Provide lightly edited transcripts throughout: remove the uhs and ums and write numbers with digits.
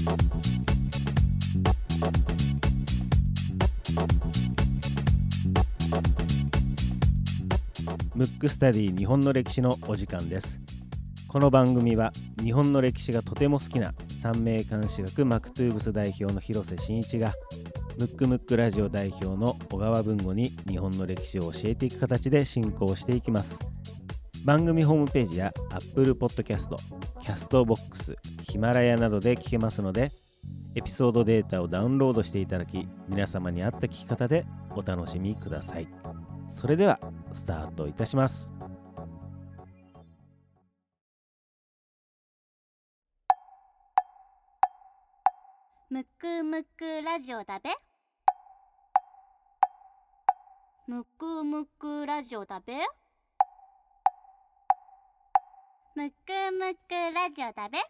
ムックスタディ日本の歴史のお時間です。この番組は日本の歴史がとても好きな三名監視学マクトゥーブス代表の広瀬真一がムックムックラジオ代表の小川文吾に日本の歴史を教えていく形で進行していきます。番組ホームページや Apple Podcast、Castbox、ヒマラヤなどで聞けますので、エピソードデータをダウンロードしていただき、皆様に合った聞き方でお楽しみください。それではスタートいたします。 むくむくラジオだべ。むくむくラジオだべ。むくむくラジオだべ。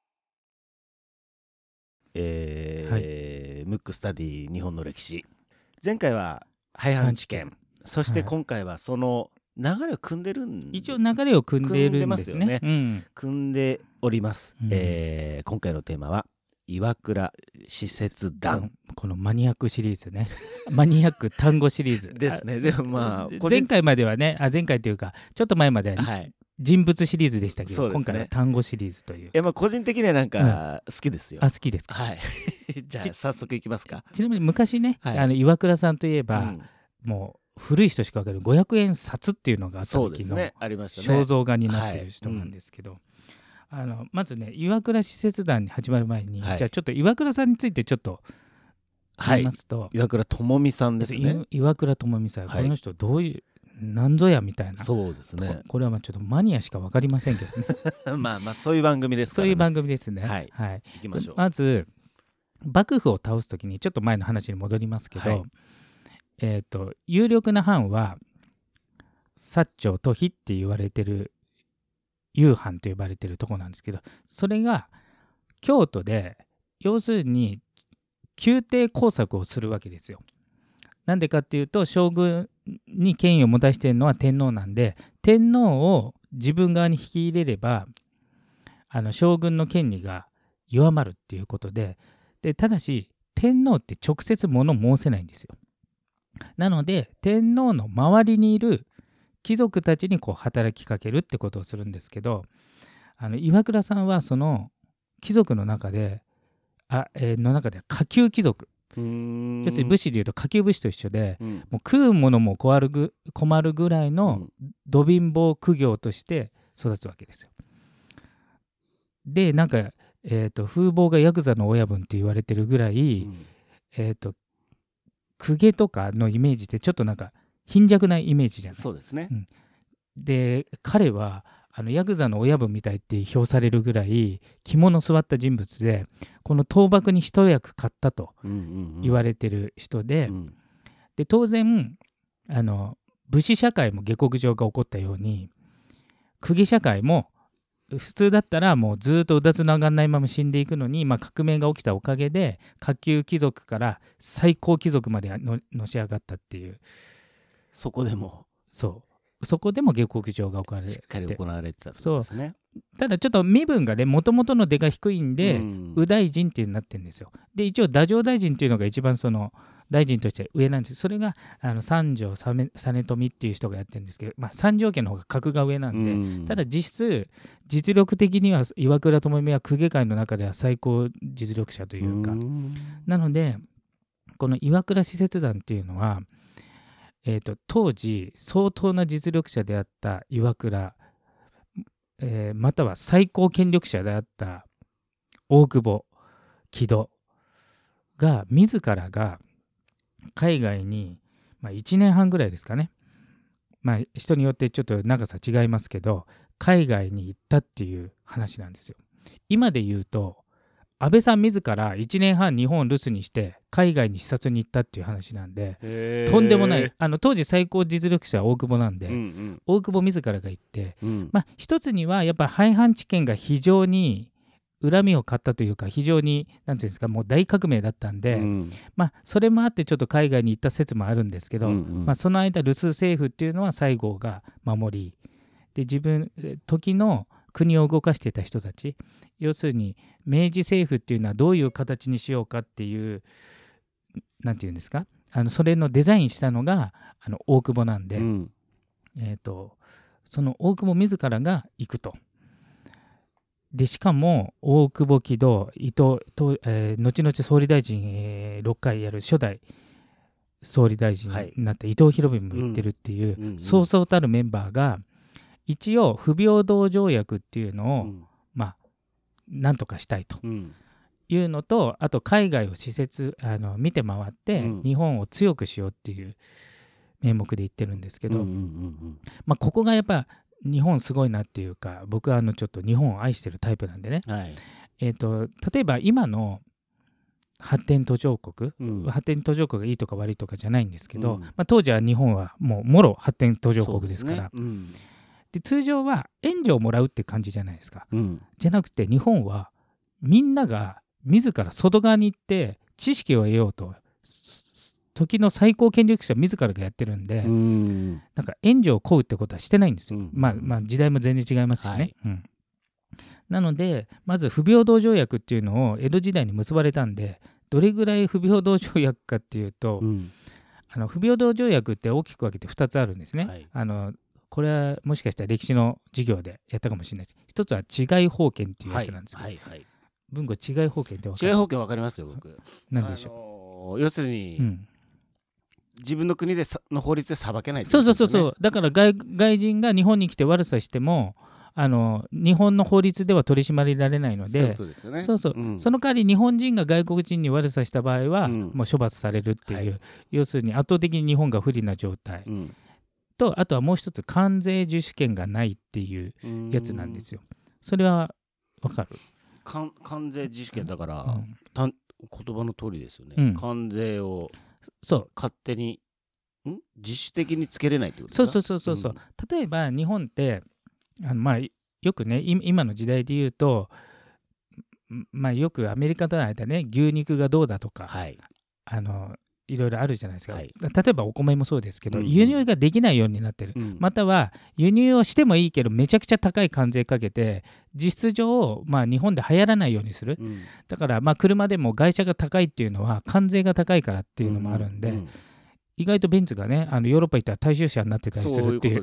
ムックスタディ日本の歴史、前回は廃藩置県、そして今回はその流れを組んでるん一応流れを組んでいるんですね。 組んでおります。今回のテーマは岩倉使節団、 このマニアックシリーズねマニアック単語シリーズですね。でもまあ前回まではね、前回というかちょっと前までは、人物シリーズでしたけど、今回は単語シリーズという。 まあ個人的にはなんか好きですよ。 好きですか。 はいじゃあ早速いきますか。 ちなみに昔ね、岩倉さんといえば、もう古い人しか分かる500円札っていうのがあった時の肖像画になっている人なんですけど、まずね、岩倉使節団に始まる前に、じゃあちょっと岩倉さんについてちょっと言いますと、 岩倉智美さんですね。 岩倉智美さん、この人どういうなんぞやみたいな。 そうですね。 これはまあちょっとマニアしか分かりませんけどねまあそういう番組ですからね。 そういう番組ですね。 行きましょう。 まず幕府を倒すときに、ちょっと前の話に戻りますけど、有力な藩は薩長と比って言われてる雄藩と呼ばれてるとこなんですけど、それが京都で要するに宮廷工作をするわけですよ。なんでかっていうと、将軍に権威を持たせているのは天皇なんで、天皇を自分側に引き入れれば将軍の権利が弱まるっていうことで、ただし天皇って直接物申せないんですよ。なので天皇の周りにいる貴族たちにこう働きかけるってことをするんですけど、岩倉さんはその貴族の中で下級貴族、要するに武士でいうと下級武士と一緒で、もう食うものも困るぐらいのど貧乏苦行として育つわけですよ。でなんか風貌がヤクザの親分って言われてるぐらい、公家とかのイメージってちょっとなんか貧弱なイメージじゃない。 そうですね。 で彼はヤクザの親分みたいって評されるぐらい肝の据わった人物で、この倒幕に一役買ったと言われてる人で、で当然武士社会も下克上が起こったように、公家社会も普通だったらもうずっとうだつの上がらないまま死んでいくのに、革命が起きたおかげで下級貴族から最高貴族までのし上がったっていう。 そこでも下克上がしっかり行われてたんですね。 ただちょっと身分がね、もともとの出が低いんで、右大臣っていうのになってるんですよ。で一応太政大臣っていうのが一番その大臣として上なんです。それが三条実富っていう人がやってるんですけど、三条家の方が格が上なんで、ただ実質実力的には岩倉智美は公家界の中では最高実力者というか、なのでこの岩倉使節団っていうのは、当時相当な実力者であった岩倉、または最高権力者であった大久保木戸が自らが海外に、1年半ぐらいですかね、人によってちょっと長さ違いますけど、海外に行ったっていう話なんですよ。今で言うと安倍さん自ら1年半日本を留守にして海外に視察に行ったっていう話なんで、とんでもない。当時最高実力者は大久保なんで、大久保自らが行って、一つにはやっぱ廃藩置県が非常に恨みを買ったというか、非常になんていうんですか、もう大革命だったんで、それもあってちょっと海外に行った説もあるんですけど、その間留守政府っていうのは西郷が守り、で時の国を動かしていた人たち、要するに明治政府っていうのはどういう形にしようかっていう、なんていうんですか、それのデザインしたのが大久保なんで、その大久保自らが行くと。でしかも大久保木戸、伊藤と、後々総理大臣、6回やる初代総理大臣になった伊藤博文も言ってるっていう、そうそうたるメンバーが一応不平等条約っていうのを、なんとかしたいというのと、あと海外を見て回って、日本を強くしようっていう名目で言ってるんですけど、ここがやっぱ日本すごいなっていうか、僕はちょっと日本を愛してるタイプなんでね、例えば今の発展途上国、発展途上国がいいとか悪いとかじゃないんですけど、当時は日本はもうもろ発展途上国ですから、で通常は援助をもらうって感じじゃないですか、じゃなくて日本はみんなが自ら外側に行って知識を得ようと、時の最高権力者自らがやってるんで、なんか援助を請うってことはしてないんですよ。時代も全然違いますしね、なのでまず不平等条約っていうのを江戸時代に結ばれたんで、どれぐらい不平等条約かっていうと、不平等条約って大きく分けて2つあるんですね、これはもしかしたら歴史の授業でやったかもしれないです。一つは違い法権っていうやつなんですけど、文語違い法権って分かる？ 違い法権分かりますよ僕。 何でしょう、要するに、自分の国での法律で裁けないってことですよね。 そうだから外人が日本に来て悪さしても日本の法律では取り締まられないので、 そういうことですよね。 その代わり日本人が外国人に悪さした場合は、もう処罰されるっていう、要するに圧倒的に日本が不利な状態、とあとはもう一つ関税自主権がないっていうやつなんですよ。それは分かる？ 関税自主権だから、言葉の通りですよね、関税を勝手に自主的につけれないってことですか？ そう、例えば日本ってよくね、今の時代で言うと、よくアメリカとの間ね、牛肉がどうだとか、いろいろあるじゃないですか、例えばお米もそうですけど、輸入ができないようになってる、または輸入をしてもいいけどめちゃくちゃ高い関税かけて実質上、日本で流行らないようにする、だから車でも外車が高いっていうのは関税が高いからっていうのもあるんで、意外とベンツがねヨーロッパ行ったら大衆車になってたりするっていう、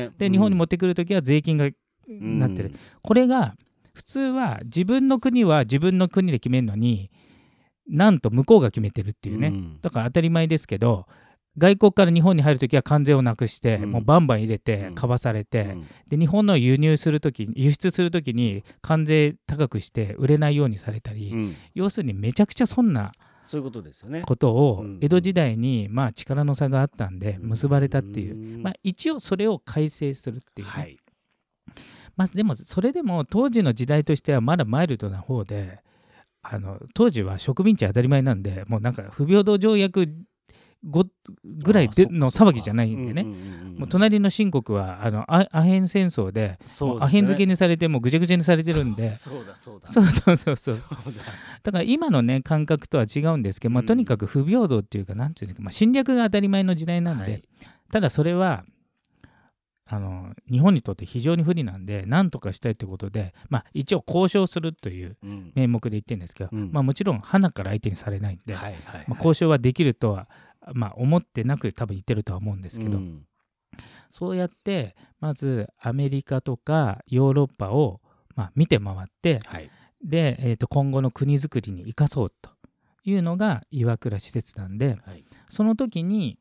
で日本に持ってくるときは税金がなってる、これが普通は自分の国は自分の国で決めるのに、なんと向こうが決めてるっていうね、だから当たり前ですけど、外国から日本に入るときは関税をなくして、もうバンバン入れて買わされて、で日本の輸出するときに関税高くして売れないようにされたり、要するにめちゃくちゃそんなそういうことですよね。 ことを江戸時代に力の差があったんで結ばれたっていう、一応それを改正するっていうね、でもそれでも当時の時代としてはまだマイルドな方で、当時は植民地当たり前なんで、もうなんか不平等条約ぐらいでの騒ぎじゃないんでね、もう隣の清国はアヘン戦争でアヘン漬けにされてもうぐちゃぐちゃにされてるんで、そうだから今のね感覚とは違うんですけど、とにかく不平等っていうか、なんていうか、侵略が当たり前の時代なんで、ただそれは日本にとって非常に不利なんで、なんとかしたいということで、一応交渉するという名目で言ってるんですけど、もちろん鼻から相手にされないんで、交渉はできるとは、思ってなく多分言ってるとは思うんですけど、そうやってまずアメリカとかヨーロッパを、見て回って、で、今後の国づくりに生かそうというのが岩倉使節団で、その時に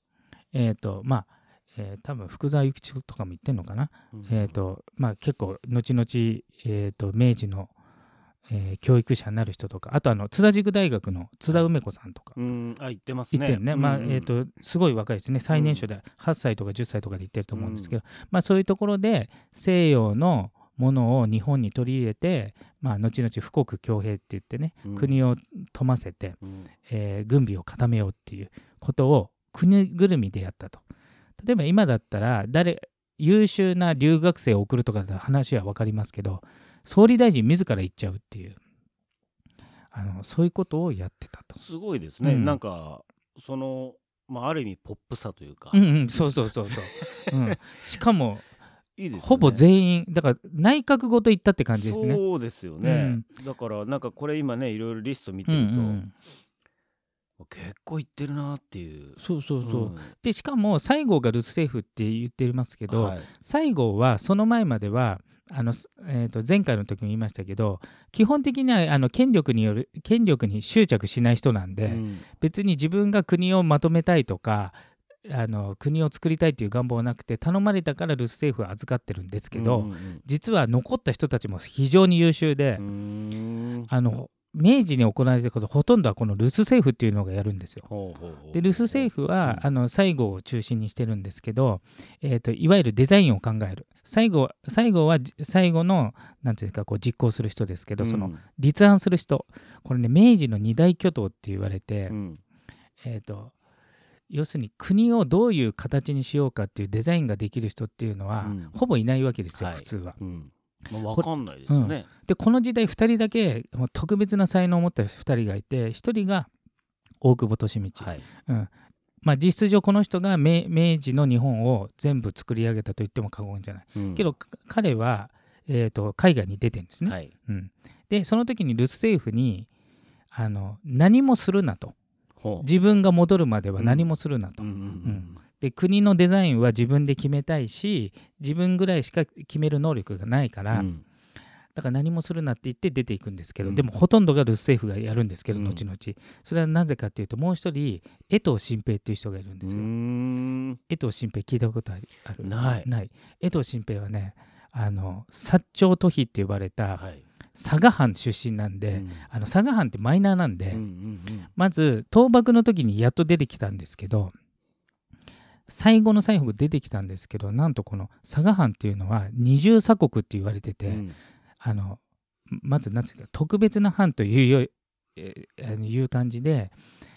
多分福沢諭吉とかも言ってるのかな、結構後々、明治の、教育者になる人とか、あと津田塾大学の津田梅子さんとか、 言ってますね。 言ってるね、すごい若いですね、最年少で8歳とか10歳とかで言ってると思うんですけど、そういうところで西洋のものを日本に取り入れて、後々富国強兵って言ってね、国を富ませて、軍備を固めようっていうことを国ぐるみでやったと。例えば今だったら優秀な留学生を送るとかだ話は分かりますけど、総理大臣自ら行っちゃうっていう、そういうことをやってたと。 すごいですね、なんかある意味ポップさというか、 そう、しかもいいですよね。 ほぼ全員だから内閣ごと行ったって感じですね。 そうですよね、だからなんかこれ今ねいろいろリスト見てると、結構いってるなっていう。 そうそうそう、でしかも西郷が留守政府って言ってますけど、西郷はその前までは前回の時も言いましたけど、基本的には権力に執着しない人なんで、別に自分が国をまとめたいとか国を作りたいという願望はなくて、頼まれたから留守政府は預かってるんですけど、実は残った人たちも非常に優秀で、明治に行われていることほとんどはこの留守政府っていうのがやるんですよ。で留守政府は西郷を中心にしてるんですけど、いわゆるデザインを考える。西郷は最後のなんていうかこう実行する人ですけど、その立案する人、これね明治の二大巨頭って言われて、要するに国をどういう形にしようかっていうデザインができる人っていうのは、ほぼいないわけですよ、普通は。 分かんないですよね。 でこの時代2人だけ特別な才能を持った2人がいて、1人が大久保利通、実質上この人が明治の日本を全部作り上げたと言っても過言じゃない、けど彼は、海外に出てるんですね、でその時に留守政府に何もするなと、自分が戻るまでは何もするなと、で国のデザインは自分で決めたいし、自分ぐらいしか決める能力がないから、だから何もするなって言って出ていくんですけど、でもほとんどが留守政府がやるんですけど、後々それはなぜかっていうと、もう一人江藤新平っていう人がいるんですよ。江藤新平聞いたことある？ない。江藤新平はね、薩長都比って呼ばれた、佐賀藩出身なんで、佐賀藩ってマイナーなんで、まず倒幕の時にやっと出てきたんですけど、最後の最後出てきたんですけど、なんとこの佐賀藩っていうのは二重鎖国って言われてて、まず何て言うか特別な藩という感じで、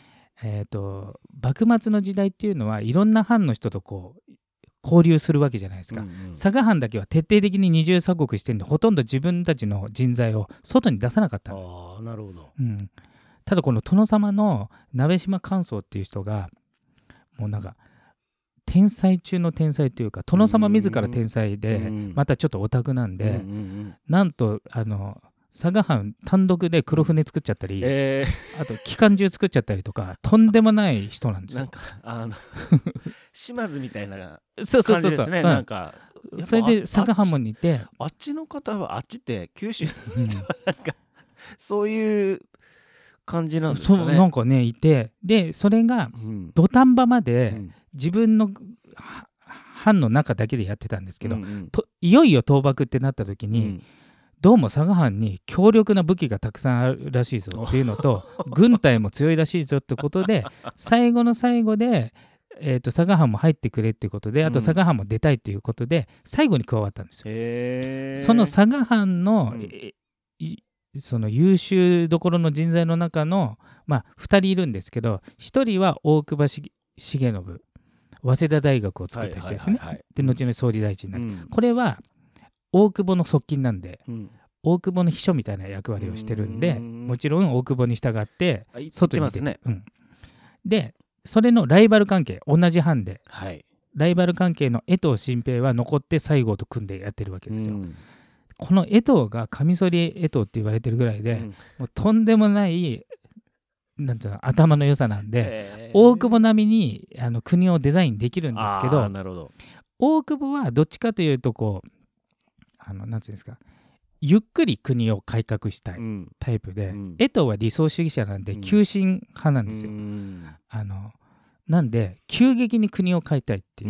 幕末の時代っていうのはいろんな藩の人とこう交流するわけじゃないですか、佐賀藩だけは徹底的に二重鎖国してるんで、ほとんど自分たちの人材を外に出さなかった。 なるほど、 ただこの殿様の鍋島寛宗っていう人がもうなんか天才中の天才というか、殿様自ら天才で、またちょっとオタクなんで、なんと佐賀藩単独で黒船作っちゃったり、あと機関銃作っちゃったりとか、とんでもない人なんですよ。 なんか島津みたいな感じですね。なんかそれで佐賀藩も似て、 あっちの方は、あっちって九州なんかそういう感じなんですかね。 そうなんかねいて、でそれが土壇場まで自分の藩の中だけでやってたんですけど、いよいよ倒幕ってなった時に、どうも佐賀藩に強力な武器がたくさんあるらしいぞっていうのと軍隊も強いらしいぞってことで、最後の最後で、佐賀藩も入ってくれっていうことで、あと佐賀藩も出たいっていうことで最後に加わったんですよ。その佐賀藩の、その優秀どころの人材の中の、2人いるんですけど、1人は大久保重信、早稲田大学を作った人ですね。で後々総理大臣になる、これは大久保の側近なんで、大久保の秘書みたいな役割をしてるんで、もちろん大久保に従って外に出て、でそれのライバル関係、同じ藩で、ライバル関係の江藤新平は残って西郷と組んでやってるわけですよ。この江藤がカミソリ江藤って言われてるぐらいで、もうとんでもないなんていうの頭の良さなんで、大久保並みに国をデザインできるんですけど、大久保はどっちかというとこうなんていうんですか、ゆっくり国を改革したいタイプで、江藤は理想主義者なんで急進派なんですよ。なんで急激に国を変えたいっていう、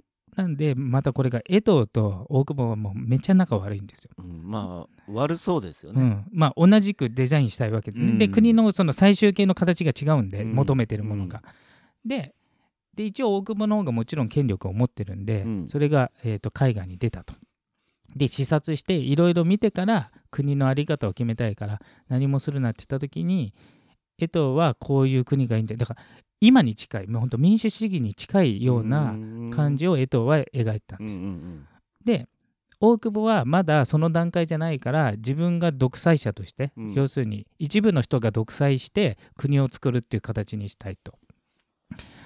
なんでまたこれが江藤と大久保はもうめっちゃ仲悪いんですよ。 悪そうですよね。 同じくデザインしたいわけで、で国のその最終形の形が違うんで、求めてるものが。で一応大久保の方がもちろん権力を持ってるんで、それが、海外に出たと。で視察していろいろ見てから国の在り方を決めたいから何もするなって言った時に、江藤はこういう国がいいんだよ、だから今に近い、もう本当民主主義に近いような感じを江藤は描いたんです。で大久保はまだその段階じゃないから、自分が独裁者として、要するに一部の人が独裁して国を作るっていう形にしたいと。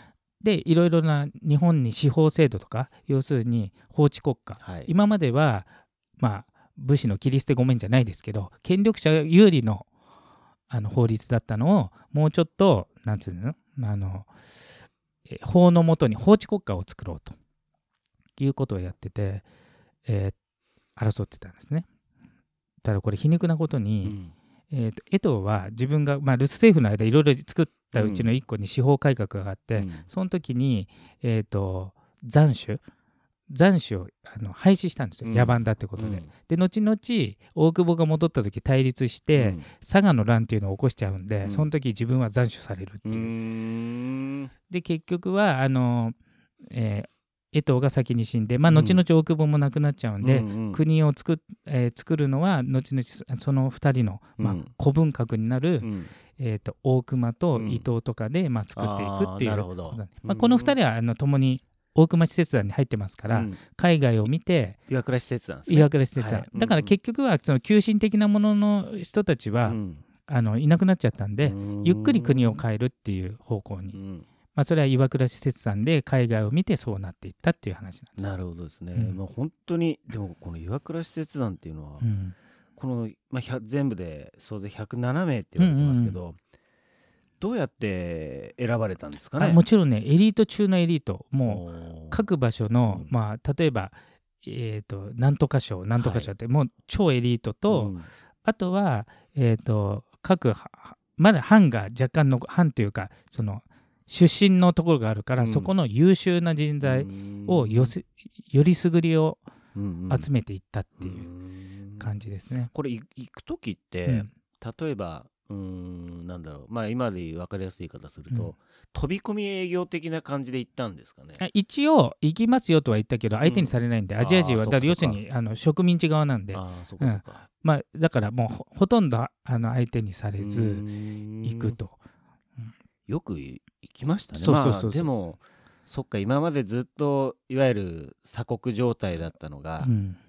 でいろいろな日本に司法制度とか、要するに法治国家、 はい、 今まではまあ武士の切り捨てごめんじゃないですけど、権力者有利の法律だったのをもうちょっとなんていうの、法の下に法治国家を作ろうということをやってて、争ってたんですね。ただこれ皮肉なことに、江藤は自分が、留守政府の間いろいろ作ったうちの一個に司法改革があって、その時に、斬首を廃止したんですよ、野蛮だってことで。で後々大久保が戻った時対立して、佐賀の乱っていうのを起こしちゃうんで、その時自分は斬首されるっていう。で結局は江藤が先に死んで、後々大久保も亡くなっちゃうんで、国を作るのは後々その2人の、子分格になる、大隈と伊藤とかで、作っていくっていう。この2人は共に大隈使節団に入ってますから、海外を見て岩倉使節団ですね。 岩倉使節団、だから結局はその急進的なものの人たちは、いなくなっちゃったんで、ゆっくり国を変えるっていう方向に、それは岩倉使節団で海外を見てそうなっていったっていう話なんです。 なるほどですね。本当にでもこの岩倉使節団っていうのは、この、全部で総勢107名って言われてますけど、どうやって選ばれたんですかね。 もちろんね、エリート中のエリート、もう各場所の、例えば、なんとか賞なんとか賞って、もう超エリートと、あとは、各まだ藩が若干の藩というか、その出身のところがあるから、そこの優秀な人材をよりすぐりを集めていったっていう感じですね。 これ行く時って、例えばなんだろう、今で分かりやすい言い方すると、飛び込み営業的な感じで行ったんですかね。 一応行きますよとは言ったけど、相手にされないんで、アジア人はだから要するに植民地側なんで、だからもうほとんど相手にされず行くと。 よく行きましたね。でもそっか、今までずっといわゆる鎖国状態だったのが、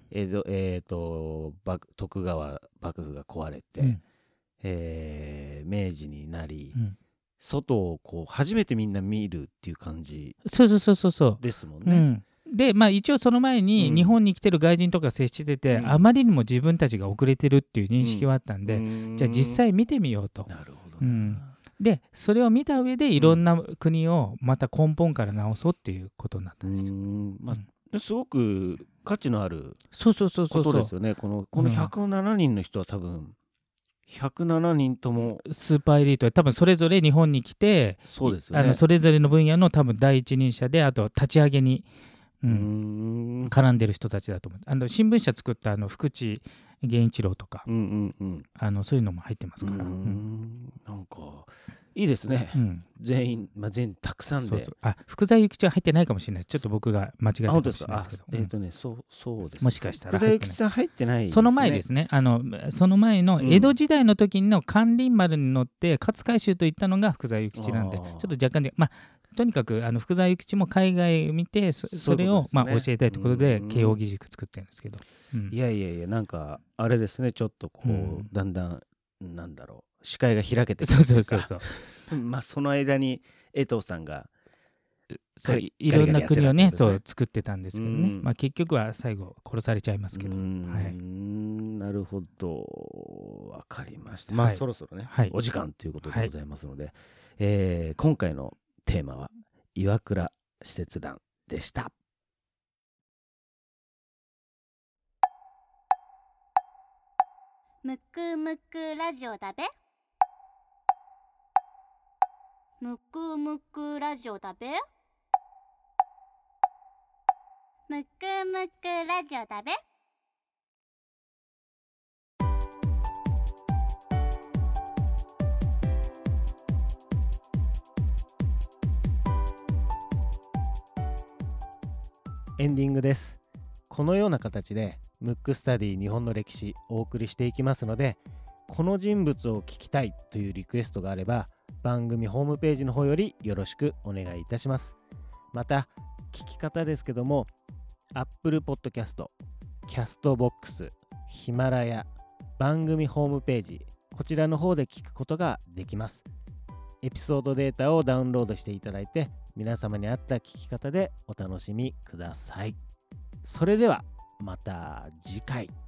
徳川幕府が壊れて、明治になり、外をこう初めてみんな見るっていう感じですもんね。 で一応その前に日本に来てる外人とか接してて、あまりにも自分たちが遅れてるっていう認識はあったんで、じゃあ実際見てみようと。 なるほどね。 でそれを見た上でいろんな国をまた根本から直そうっていうことになったんですよ。 すごく価値のあることですよね。この107人の人は多分107人ともスーパーエリートで、多分それぞれ日本に来て、 そうですよね、 それぞれの分野の多分第一人者で、あと立ち上げに、絡んでる人たちだと思う。新聞社作った福地源一郎とか、そういうのも入ってますから。 なんかいいですね。全員たくさんで。 福沢諭吉は入ってないかもしれない。ちょっと僕が間違えたかもしれないですけど。 そうです。 もしかしたら福沢諭吉さん入ってないですね。 その前ですね。その前の江戸時代の時の咸臨丸に乗って勝海舟と行ったのが福沢諭吉なんで、ちょっと若干で、とにかく福沢諭吉も海外を見て、それを教えたいということで慶應義塾作ってるんですけど。 いやなんかあれですね、ちょっとこうだんだんなんだろう、視界が開けてくるというか、その間に江藤さんがいろんな国をね作ってたんですけどね、結局は最後殺されちゃいますけど。 なるほど、わかりました。そろそろね、お時間ということでございますので、今回のテーマは岩倉使節団でした。 むくむくラジオだべ。むくむくラジオだべ。むくむくラジオだべ。 エンディングです。このような形でムックスタディ日本の歴史お送りしていきますので、この人物を聞きたいというリクエストがあれば番組ホームページの方よりよろしくお願いいたします。また聞き方ですけども、 Apple Podcast、Castbox、ヒマラヤ、番組ホームページ、こちらの方で聞くことができます。 エピソードデータをダウンロードしていただいて、皆様に合った聞き方でお楽しみください。それではまた次回。